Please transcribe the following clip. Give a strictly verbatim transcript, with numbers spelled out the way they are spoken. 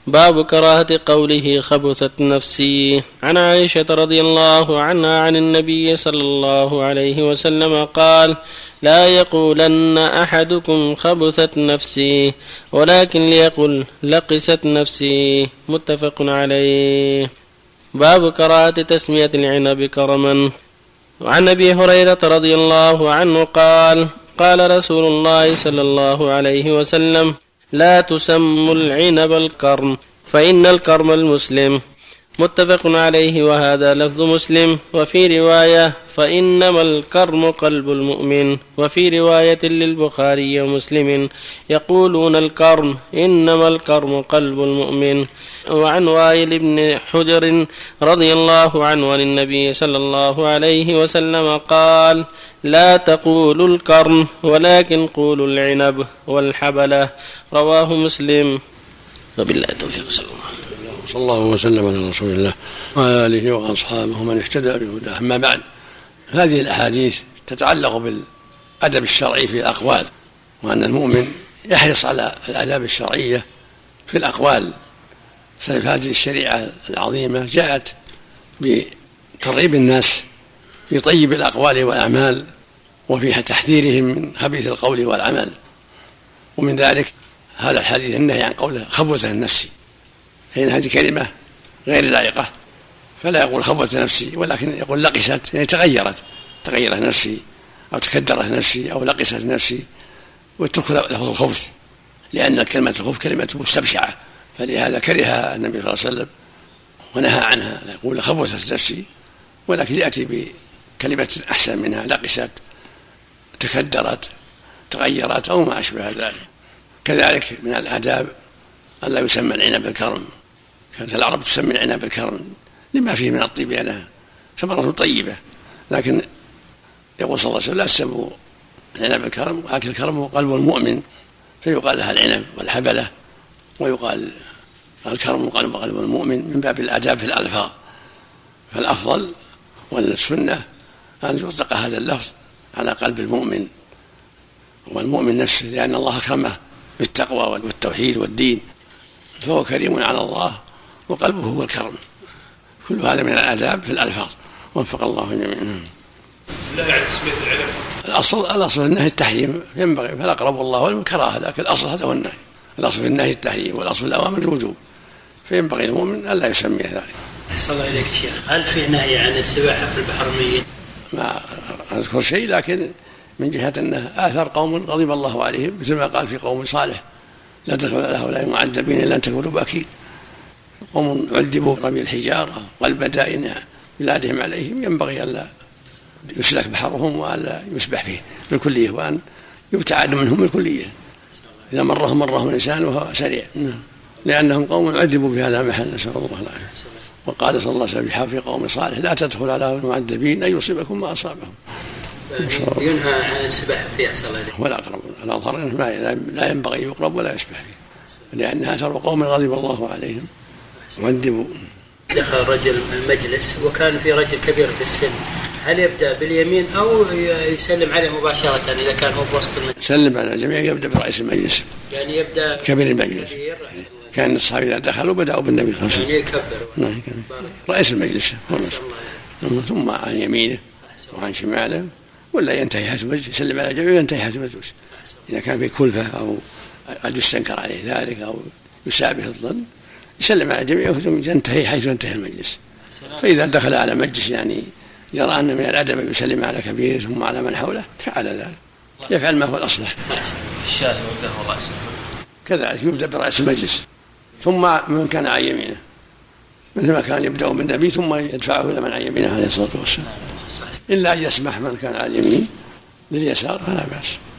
باب كراهة قوله خبثت نفسي. عن عائشة رضي الله عنها عن النبي صلى الله عليه وسلم قال: لا يقولن أحدكم خبثت نفسي ولكن ليقل لقست نفسي. متفق عليه. باب كراهة تسمية العنب كرما. وعن أبي هريرة رضي الله عنه قال: قال رسول الله صلى الله عليه وسلم: لا تسموا العنب الكرم فإن الكرم المسلم. متفق عليه، وهذا لفظ مسلم. وفي رواية: فإنما الكرم قلب المؤمن. وفي رواية للبخاري ومسلم: يقولون الكرم إنما الكرم قلب المؤمن. وعن وائل بن حجر رضي الله عنه عن النبي صلى الله عليه وسلم قال: لا تقولوا الكرم ولكن قولوا العنب والحبلة. رواه مسلم. وبالله التوفيق. صلى الله صلى الله وسلم على رسول الله وعلى آله وأصحابه من اهتدى بهداه. أما بعد، هذه الأحاديث تتعلق بالأدب الشرعي في الأقوال، وأن المؤمن يحرص على الآداب الشرعية في الأقوال. فهذه الشريعة العظيمة جاءت بترغيب الناس في طيب الأقوال والأعمال وفي تحذيرهم من خبيث القول والعمل. ومن ذلك هذا الحديث النهي عن قوله خبثت نفسي، فإن هذه كلمة غير لائقة، فلا يقول خبثت نفسي ولكن يقول لقست، يعني تغيرت تغيرت نفسي أو تكدرت نفسي أو لقست نفسي، واترك لفظ الخبث، لأن كلمة الخبث كلمة مستبشعة، فلهذا كرهها النبي صلى الله عليه وسلم ونهى عنها. لا يقول خبثت نفسي، ولكن يأتي بكلمة أحسن منها: لقست، تكدرت، تغيرت أو ما أشبه ذلك. كذلك من الآداب ألا يسمى العنب الكرم. كانت العرب تسمي العنب الكرم لما فيه من الطيب، لأنها ثمرة طيبة، لكن يقول صلى الله عليه وسلم: لا تسموا العنب الكرم ولكن الكرم قلب المؤمن، فيقال لها العنب والحبلة، ويقال الكرم قلب قلب المؤمن من باب الآداب في الألفاظ. فالأفضل والسنة أن يطلق هذا اللفظ على قلب المؤمن، والمؤمن نفسه، لأن الله كرمه بالتقوى والتوحيد والدين، فهو كريم على الله وقلبه هو الكرم. كل هذا من الآداب في الألفاظ. وفق الله جميعا. لا يعني تسمية العلم الأصل الأصل النهي التحريم، ينبغي فالأقرب الله والكراهة، لكن الأصل هذا هو النهي. الأصل في النهي التحريم، والأصل الأوامر الوجوب، فينبغي المؤمن ألا يسميه ذلك. صلى الله عليك شيخ، هل في نهي عن السباحة في البحر الميت؟ ما أذكر شيء، لكن من جهة أنه آثر قوم غضب الله عليهم، مثل ما قال في قوم صالح: لا تدخل على هؤلاء المعذبين إلا أن تكونوا باكين. قوم عذبوا برمي الحجارة والبدائن بلادهم عليهم، ينبغي ألا يسلك بحرهم وألا يسبح فيه بالكلية، وأن يبتعد منهم بالكلية إذا مرهم مرهم الإنسان وهو سريع، لأنهم قوم عذبوا في هذا المحل، نسأل الله العافية. وقال صلى الله عليه وسلم في قوم صالح: لا تدخل على هؤلاء المعذبين أن يصيبكم ما أصابهم. ينهى عن السباحة فيها صلى الله عليه وسلم. ولا أقرب الأظهر لا ينبغي يقرب ولا يسبح فيه، لأنها أثر قوم غضب الله عليهم وعذبوا. دخل رجل المجلس وكان في رجل كبير في السن، هل يبدأ باليمين أو يسلم عليه مباشرة إذا كان هو بوسط المجلس؟ سلم على الجميع، يبدأ برئيس المجلس، يعني يبدأ كبير المجلس. كان الصحابة إذا دخلوا بدأوا بالنبي صلى الله عليه وسلم، يعني يكبر رئيس المجلس ثم عن يمينه وعن شماله، ولا ينتهي حيث مجلس، يسلم على الجميع وينتهي حيث مجلس. إذا كان في كلفة أو قد يستنكر عليه ذلك أو يشابه الظن، يسلم على الجميع وينتهي حيث ينتهي المجلس. فإذا دخل على مجلس يعني جرى أن من الأدب يسلم على كبير ثم على من حوله، فعل ذلك، يفعل ما هو الأصلح. الشاهد والقهوة رأسه كذلك يبدأ برأس المجلس ثم من كان عن يمينه، مثل ما كان يبدأ بالنبي ثم يدفعه إلى من عن يمينه عليه الصلاة والسلام، إلا أن يسمح من كان على اليمين لليسار فلا بأس.